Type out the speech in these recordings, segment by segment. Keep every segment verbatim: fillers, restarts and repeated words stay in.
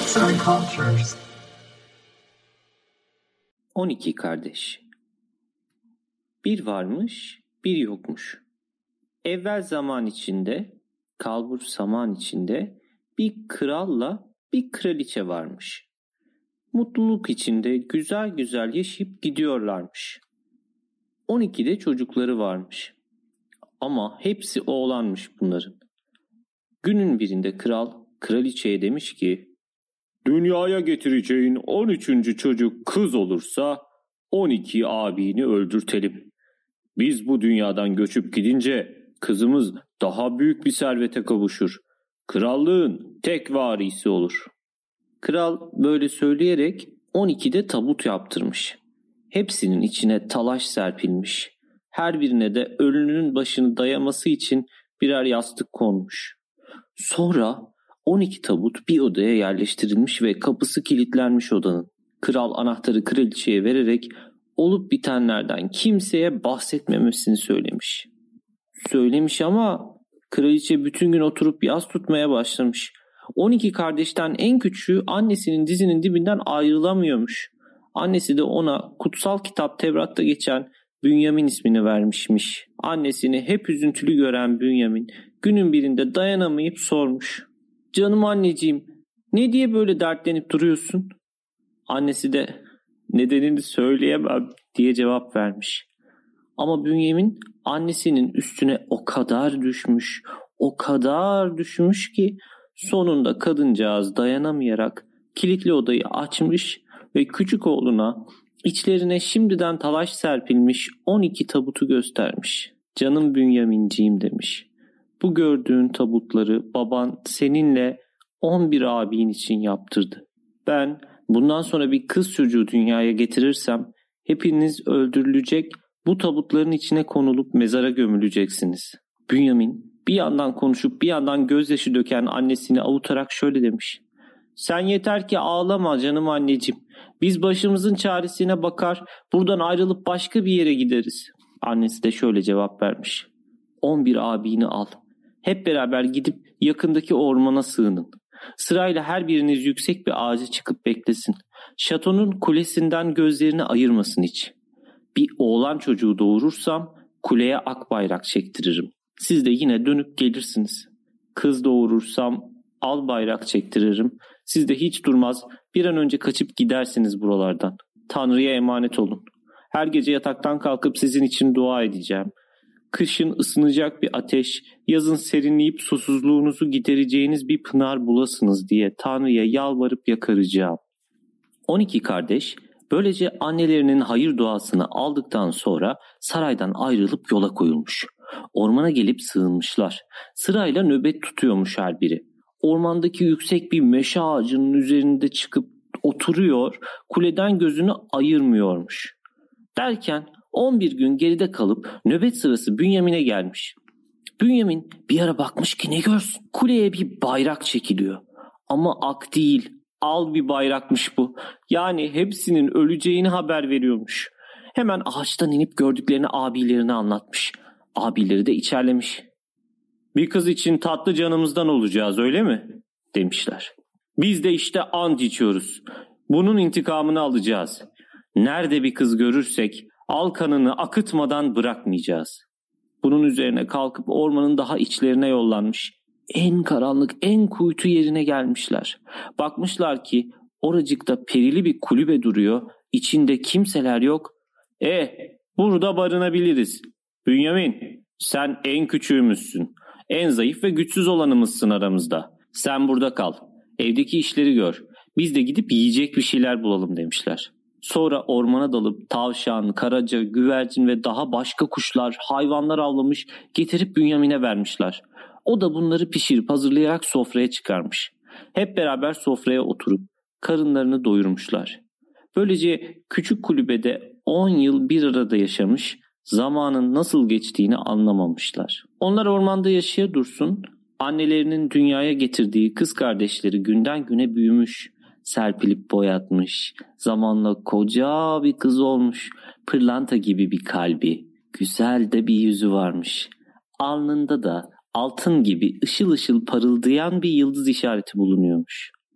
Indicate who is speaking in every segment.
Speaker 1: Arts and Cultures.
Speaker 2: on iki kardeş. Bir varmış, bir yokmuş. Evvel zaman içinde, kalbur saman içinde bir kralla bir kraliçe varmış. Mutluluk içinde güzel güzel yaşayıp gidiyorlarmış. on iki de çocukları varmış. Ama hepsi oğlanmış bunların. Günün birinde kral kraliçeye demiş ki, "Dünyaya getireceğin on üçüncü çocuk kız olursa on iki abini öldürtelim. Biz bu dünyadan göçüp gidince kızımız daha büyük bir servete kavuşur. Krallığın tek varisi olur." Kral böyle söyleyerek on iki de tabut yaptırmış. Hepsinin içine talaş serpilmiş. Her birine de ölünün başını dayaması için birer yastık konmuş. Sonra on iki tabut bir odaya yerleştirilmiş ve kapısı kilitlenmiş odanın. Kral anahtarı kraliçeye vererek olup bitenlerden kimseye bahsetmemesini söylemiş. Söylemiş ama kraliçe bütün gün oturup yas tutmaya başlamış. on iki kardeşten en küçüğü annesinin dizinin dibinden ayrılamıyormuş. Annesi de ona kutsal kitap Tevrat'ta geçen Bünyamin ismini vermişmiş. Annesini hep üzüntülü gören Bünyamin günün birinde dayanamayıp sormuş. "Canım anneciğim, ne diye böyle dertlenip duruyorsun?" Annesi de "Nedenini söyleyemem" diye cevap vermiş. Ama Bünyamin annesinin üstüne o kadar düşmüş, o kadar düşmüş ki sonunda kadıncağız dayanamayarak kilitli odayı açmış ve küçük oğluna içlerine şimdiden talaş serpilmiş on iki tabutu göstermiş. "Canım Bünyamin'ciğim" demiş. "Bu gördüğün tabutları baban seninle on bir abin için yaptırdı. Ben bundan sonra bir kız çocuğu dünyaya getirirsem hepiniz öldürülecek, bu tabutların içine konulup mezara gömüleceksiniz." Bünyamin bir yandan konuşup bir yandan gözyaşı döken annesini avutarak şöyle demiş. "Sen yeter ki ağlama canım anneciğim. Biz başımızın çaresine bakar, buradan ayrılıp başka bir yere gideriz." Annesi de şöyle cevap vermiş. on bir abini al. Hep beraber gidip yakındaki ormana sığının. Sırayla her biriniz yüksek bir ağaca çıkıp beklesin. Şatonun kulesinden gözlerini ayırmasın hiç. Bir oğlan çocuğu doğurursam kuleye ak bayrak çektiririm. Siz de yine dönüp gelirsiniz. Kız doğurursam al bayrak çektiririm. Siz de hiç durmaz bir an önce kaçıp gidersiniz buralardan. Tanrı'ya emanet olun. Her gece yataktan kalkıp sizin için dua edeceğim. Kışın ısınacak bir ateş, yazın serinleyip susuzluğunuzu gidereceğiniz bir pınar bulasınız diye Tanrı'ya yalvarıp yakaracağım. on iki kardeş böylece annelerinin hayır duasını aldıktan sonra saraydan ayrılıp yola koyulmuş. Ormana gelip sığınmışlar. Sırayla nöbet tutuyormuş her biri. Ormandaki yüksek bir meşe ağacının üzerinde çıkıp oturuyor, kuleden gözünü ayırmıyormuş. Derken on bir gün geride kalıp nöbet sırası Bünyamin'e gelmiş. Bünyamin bir ara bakmış ki ne görsün? Kuleye bir bayrak çekiliyor. Ama ak değil, al bir bayrakmış bu. Yani hepsinin öleceğini haber veriyormuş. Hemen ağaçtan inip gördüklerini abilerine anlatmış. Abileri de içerlemiş. "Bir kız için tatlı canımızdan olacağız, öyle mi?" demişler. "Biz de işte ant içiyoruz. Bunun intikamını alacağız. Nerede bir kız görürsek al kanını akıtmadan bırakmayacağız." Bunun üzerine kalkıp ormanın daha içlerine yollanmış. En karanlık, en kuytu yerine gelmişler. Bakmışlar ki oracıkta perili bir kulübe duruyor. İçinde kimseler yok. "Eh, burada barınabiliriz. Bünyamin, sen en küçüğümüzsün. En zayıf ve güçsüz olanımızsın aramızda. Sen burada kal. Evdeki işleri gör. Biz de gidip yiyecek bir şeyler bulalım" demişler. Sonra ormana dalıp tavşan, karaca, güvercin ve daha başka kuşlar, hayvanlar avlamış, getirip Bünyamin'e vermişler. O da bunları pişirip hazırlayarak sofraya çıkarmış. Hep beraber sofraya oturup karınlarını doyurmuşlar. Böylece küçük kulübede on yıl bir arada yaşamış, zamanın nasıl geçtiğini anlamamışlar. Onlar ormanda yaşaya dursun, annelerinin dünyaya getirdiği kız kardeşleri günden güne büyümüş, serpilip boyatmış, zamanla koca bir kız olmuş, pırlanta gibi bir kalbi, güzel de bir yüzü varmış. Alnında da altın gibi ışıl ışıl parıldayan bir yıldız işareti bulunuyormuş.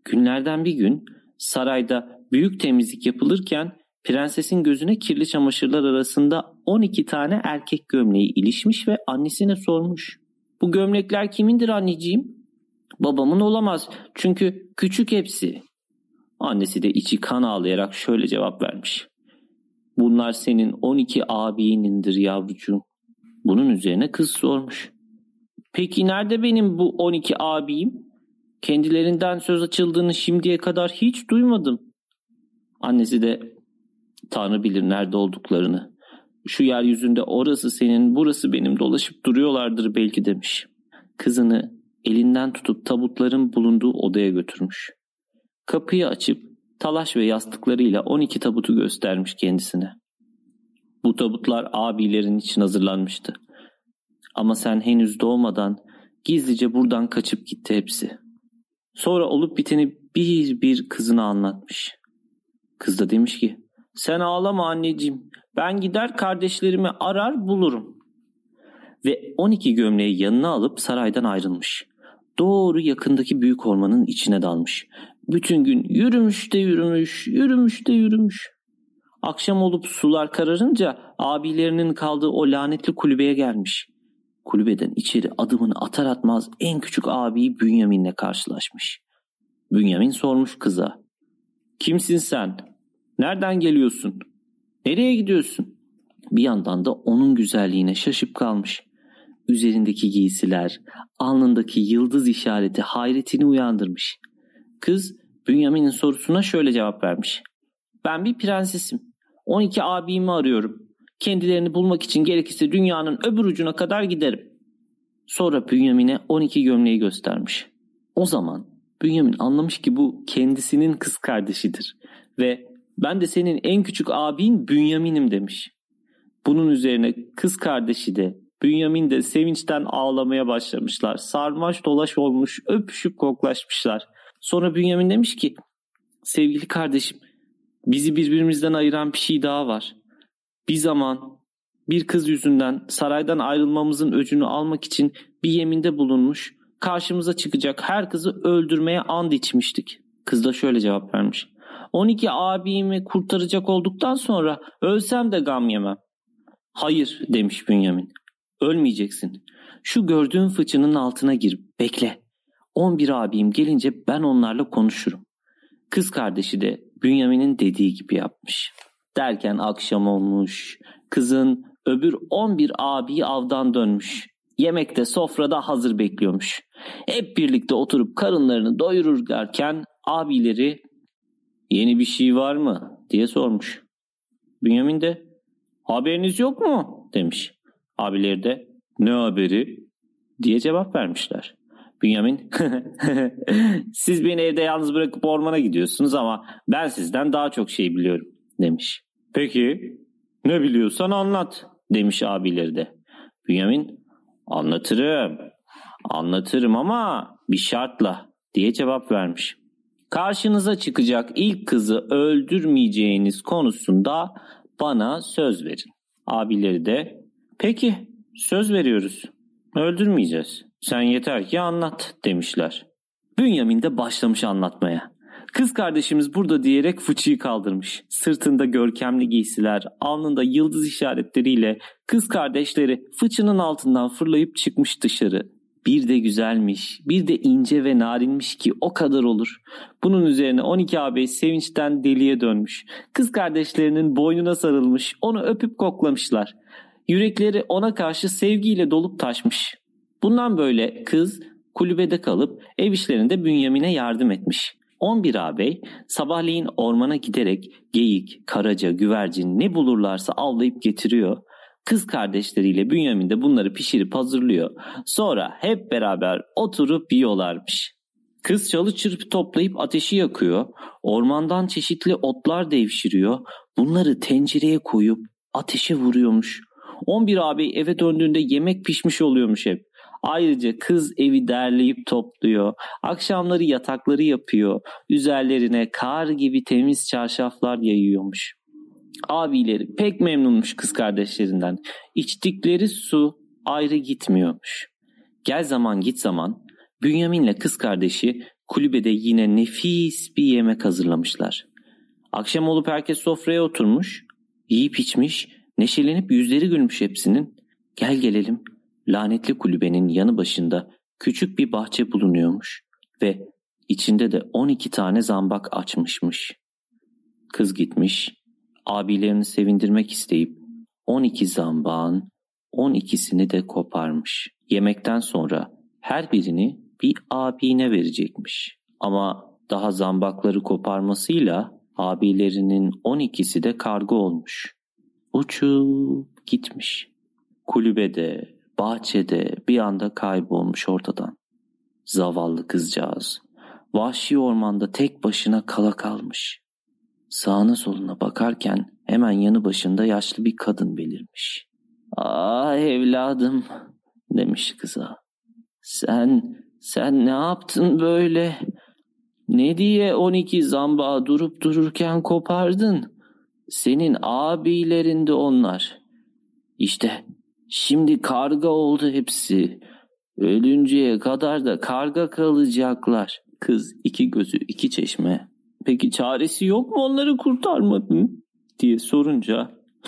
Speaker 2: Günlerden bir gün sarayda büyük temizlik yapılırken prensesin gözüne kirli çamaşırlar arasında on iki tane erkek gömleği ilişmiş ve annesine sormuş. Bu gömlekler kimindir anneciğim? Babamın olamaz çünkü küçük hepsi. Annesi de içi kan ağlayarak şöyle cevap vermiş. Bunlar senin on iki abinindir yavrucuğum. Bunun üzerine kız sormuş. Peki nerede benim bu on iki abim? Kendilerinden söz açıldığını şimdiye kadar hiç duymadım. Annesi de Tanrı bilir nerede olduklarını. Şu yeryüzünde orası senin, burası benim dolaşıp duruyorlardır belki demiş. Kızını elinden tutup tabutların bulunduğu odaya götürmüş. Kapıyı açıp talaş ve yastıklarıyla on iki tabutu göstermiş kendisine. Bu tabutlar abilerin için hazırlanmıştı. Ama sen henüz doğmadan gizlice buradan kaçıp gitti hepsi. Sonra olup biteni bir bir kızına anlatmış. Kız da demiş ki, sen ağlama anneciğim, ben gider kardeşlerimi arar bulurum. Ve on iki gömleği yanına alıp saraydan ayrılmış. Doğru yakındaki büyük ormanın içine dalmış. Bütün gün yürümüş de yürümüş, yürümüş de yürümüş. Akşam olup sular kararınca abilerinin kaldığı o lanetli kulübeye gelmiş. Kulübeden içeri adımını atar atmaz en küçük abiyi Bünyamin'le karşılaşmış. Bünyamin sormuş kıza. Kimsin sen? Nereden geliyorsun? Nereye gidiyorsun? Bir yandan da onun güzelliğine şaşıp kalmış. Üzerindeki giysiler, alnındaki yıldız işareti hayretini uyandırmış. Kız Bünyamin'in sorusuna şöyle cevap vermiş. Ben bir prensesim. on iki abimi arıyorum. Kendilerini bulmak için gerekirse dünyanın öbür ucuna kadar giderim. Sonra Bünyamin'e on iki gömleği göstermiş. O zaman Bünyamin anlamış ki bu kendisinin kız kardeşidir. Ve ben de senin en küçük abin Bünyamin'im demiş. Bunun üzerine kız kardeşi de Bünyamin de sevinçten ağlamaya başlamışlar. Sarmaş dolaş olmuş, öpüşüp koklaşmışlar. Sonra Bünyamin demiş ki, sevgili kardeşim, bizi birbirimizden ayıran bir şey daha var. Bir zaman bir kız yüzünden saraydan ayrılmamızın öcünü almak için bir yeminde bulunmuş, karşımıza çıkacak her kızı öldürmeye and içmiştik. Kız da şöyle cevap vermiş. on iki abimi kurtaracak olduktan sonra ölsem de gam yemem. Hayır demiş Bünyamin. Ölmeyeceksin. Şu gördüğün fıçının altına gir. Bekle. on bir abim gelince ben onlarla konuşurum. Kız kardeşi de Bünyamin'in dediği gibi yapmış. Derken akşam olmuş. Kızın öbür on bir abi avdan dönmüş. Yemek de sofrada hazır bekliyormuş. Hep birlikte oturup karınlarını doyururlarken abileri yeni bir şey var mı diye sormuş. Bünyamin de haberiniz yok mu demiş. Abileri de ne haberi diye cevap vermişler. Bünyamin siz beni evde yalnız bırakıp ormana gidiyorsunuz ama ben sizden daha çok şey biliyorum demiş. Peki ne biliyorsan anlat demiş abileri de. Bünyamin anlatırım anlatırım ama bir şartla diye cevap vermiş. Karşınıza çıkacak ilk kızı öldürmeyeceğiniz konusunda bana söz verin. Abileri de peki söz veriyoruz. Öldürmeyeceğiz. Sen yeter ki anlat demişler. Bünyamin de başlamış anlatmaya. Kız kardeşimiz burada diyerek fıçıyı kaldırmış. Sırtında görkemli giysiler, alnında yıldız işaretleriyle kız kardeşleri fıçının altından fırlayıp çıkmış dışarı. Bir de güzelmiş, bir de ince ve narinmiş ki o kadar olur. Bunun üzerine on iki ağabey sevinçten deliye dönmüş. Kız kardeşlerinin boynuna sarılmış, onu öpüp koklamışlar. Yürekleri ona karşı sevgiyle dolup taşmış. Bundan böyle kız kulübede kalıp ev işlerinde Bünyamin'e yardım etmiş. on bir ağabey sabahleyin ormana giderek geyik, karaca, güvercin ne bulurlarsa avlayıp getiriyor. Kız kardeşleriyle Bünyamin de bunları pişirip hazırlıyor. Sonra hep beraber oturup yiyorlarmış. Kız çalı çırpı toplayıp ateşi yakıyor. Ormandan çeşitli otlar devşiriyor. Bunları tencereye koyup ateşe vuruyormuş. on bir ağabey eve döndüğünde yemek pişmiş oluyormuş hep. Ayrıca kız evi derleyip topluyor. Akşamları yatakları yapıyor. Üzerlerine kar gibi temiz çarşaflar yayıyormuş. Abileri pek memnunmuş kız kardeşlerinden. İçtikleri su ayrı gitmiyormuş. Gel zaman git zaman Bünyamin'le kız kardeşi Kulübede yine nefis bir yemek hazırlamışlar. Akşam olup herkes sofraya oturmuş, yiyip içmiş, neşelenip yüzleri gülmüş hepsinin. Gel gelelim, lanetli kulübenin yanı başında küçük bir bahçe bulunuyormuş ve içinde de on iki tane zambak açmışmış. Kız gitmiş, abilerini sevindirmek isteyip on iki zambağın on ikisini de koparmış. Yemekten sonra her birini bir abine verecekmiş. Ama daha zambakları koparmasıyla abilerinin on ikisi de karga olmuş. Uçup gitmiş. Kulübede, bahçede bir anda kaybolmuş ortadan. Zavallı kızcağız vahşi ormanda tek başına kala kalmış. Sağına soluna bakarken hemen yanı başında yaşlı bir kadın belirmiş. "Ah evladım," demiş kıza. Sen, sen ne yaptın böyle? Ne diye on iki zambağı durup dururken kopardın? Senin abilerinde onlar. İşte şimdi karga oldu hepsi. Ölünceye kadar da karga kalacaklar." Kız iki gözü iki çeşme. "Peki çaresi yok mu onları kurtarmadın?" diye sorunca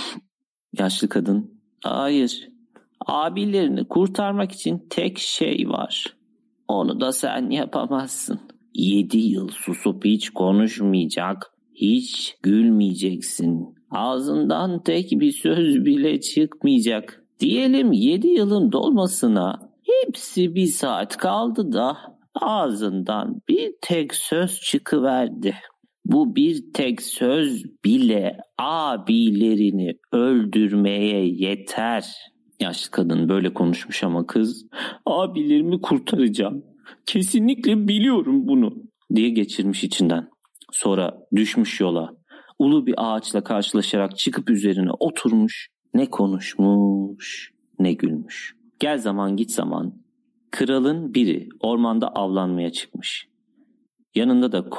Speaker 2: yaşlı kadın, "Hayır, abilerini kurtarmak için tek şey var. Onu da sen yapamazsın. Yedi yıl susup hiç konuşmayacak, hiç gülmeyeceksin. Ağzından tek bir söz bile çıkmayacak. Diyelim yedi yılın dolmasına hepsi bir saat kaldı da ağzından bir tek söz çıkıverdi. Bu bir tek söz bile abilerini öldürmeye yeter." Yaşlı kadın böyle konuşmuş ama kız, "Abilerimi kurtaracağım. Kesinlikle biliyorum bunu," diye geçirmiş içinden. Sonra düşmüş yola. Ulu bir ağaçla karşılaşarak çıkıp üzerine oturmuş. Ne konuşmuş, ne gülmüş. Gel zaman git zaman kralın biri ormanda avlanmaya çıkmış. Yanında da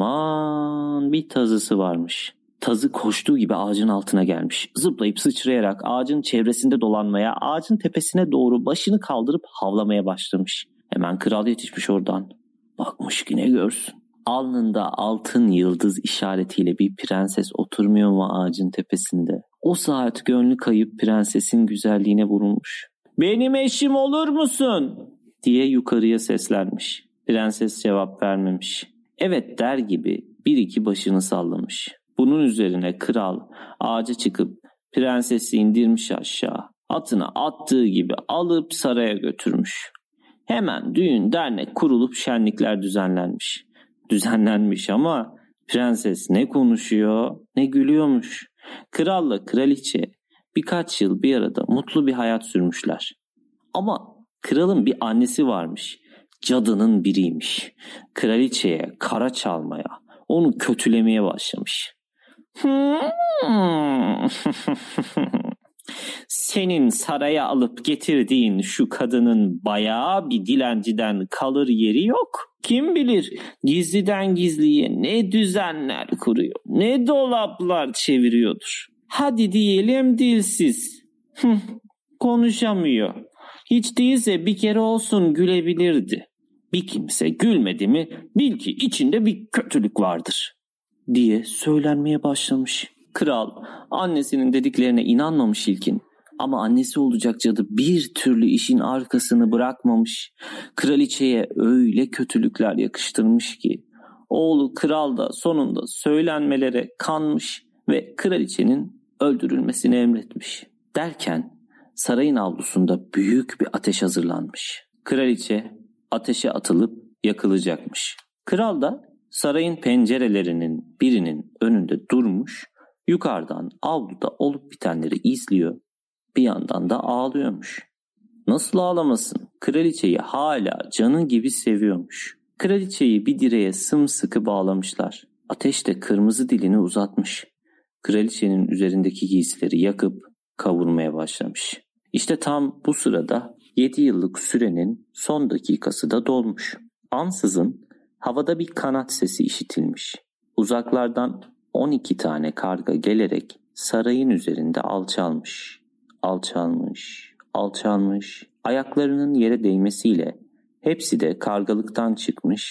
Speaker 2: kocaman bir tazısı varmış. Tazı koştuğu gibi ağacın altına gelmiş. Zıplayıp sıçrayarak ağacın çevresinde dolanmaya, ağacın tepesine doğru başını kaldırıp havlamaya başlamış. Hemen kral yetişmiş oradan. Bakmış ki ne görsün. Alnında altın yıldız işaretiyle bir prenses oturmuyor mu ağacın tepesinde? O saat gönlü kayıp prensesin güzelliğine vurulmuş. "Benim eşim olur musun?" diye yukarıya seslenmiş. Prenses cevap vermemiş. Evet der gibi bir iki başını sallamış. Bunun üzerine kral ağaca çıkıp prensesi indirmiş aşağı. Atına attığı gibi alıp saraya götürmüş. Hemen düğün dernek kurulup şenlikler düzenlenmiş. Düzenlenmiş ama prenses ne konuşuyor ne gülüyormuş. Kralla kraliçe birkaç yıl bir arada mutlu bir hayat sürmüşler. Ama kralın bir annesi varmış. Cadının biriymiş. Kraliçeye kara çalmaya, onu kötülemeye başlamış. "Senin saraya alıp getirdiğin şu kadının bayağı bir dilenciden kalır yeri yok. Kim bilir gizliden gizliye ne düzenler kuruyor, ne dolaplar çeviriyordur. Hadi diyelim dilsiz. Konuşamıyor. Hiç değilse bir kere olsun gülebilirdi. Bir kimse gülmedi mi bil ki içinde bir kötülük vardır," diye söylenmeye başlamış. Kral annesinin dediklerine inanmamış ilkin. Ama annesi olacak cadı bir türlü işin arkasını bırakmamış. Kraliçeye öyle kötülükler yakıştırmış ki oğlu kral da sonunda söylenmelere kanmış ve kraliçenin öldürülmesini emretmiş. Derken sarayın avlusunda büyük bir ateş hazırlanmış. Kraliçe ateşe atılıp yakılacakmış. Kral da sarayın pencerelerinin birinin önünde durmuş, yukarıdan avluda olup bitenleri izliyor, bir yandan da ağlıyormuş. Nasıl ağlamasın? Kraliçeyi hala canı gibi seviyormuş. Kraliçeyi bir direğe sımsıkı bağlamışlar. Ateş de kırmızı dilini uzatmış. Kraliçenin üzerindeki giysileri yakıp kavurmaya başlamış. İşte tam bu sırada yedi yıllık sürenin son dakikası da dolmuş. Ansızın havada bir kanat sesi işitilmiş. Uzaklardan on iki tane karga gelerek sarayın üzerinde alçalmış. Alçalmış, alçalmış. Ayaklarının yere değmesiyle hepsi de kargalıktan çıkmış,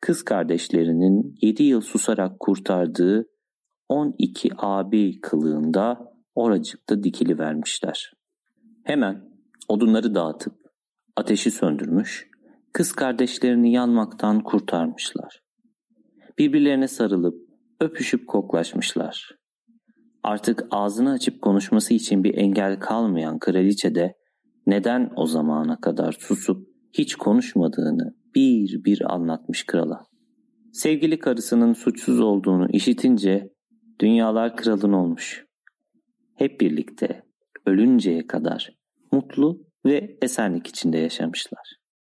Speaker 2: kız kardeşlerinin yedi yıl susarak kurtardığı on iki abi kılığında oracıkta dikili vermişler. Hemen odunları dağıtıp ateşi söndürmüş, kız kardeşlerini yanmaktan kurtarmışlar. Birbirlerine sarılıp öpüşüp koklaşmışlar. Artık ağzını açıp konuşması için bir engel kalmayan kraliçe de neden o zamana kadar susup hiç konuşmadığını bir bir anlatmış krala. Sevgili karısının suçsuz olduğunu işitince dünyalar kralın olmuş. Hep birlikte ölünceye kadar mutlu ve esenlik içinde yaşamışlar.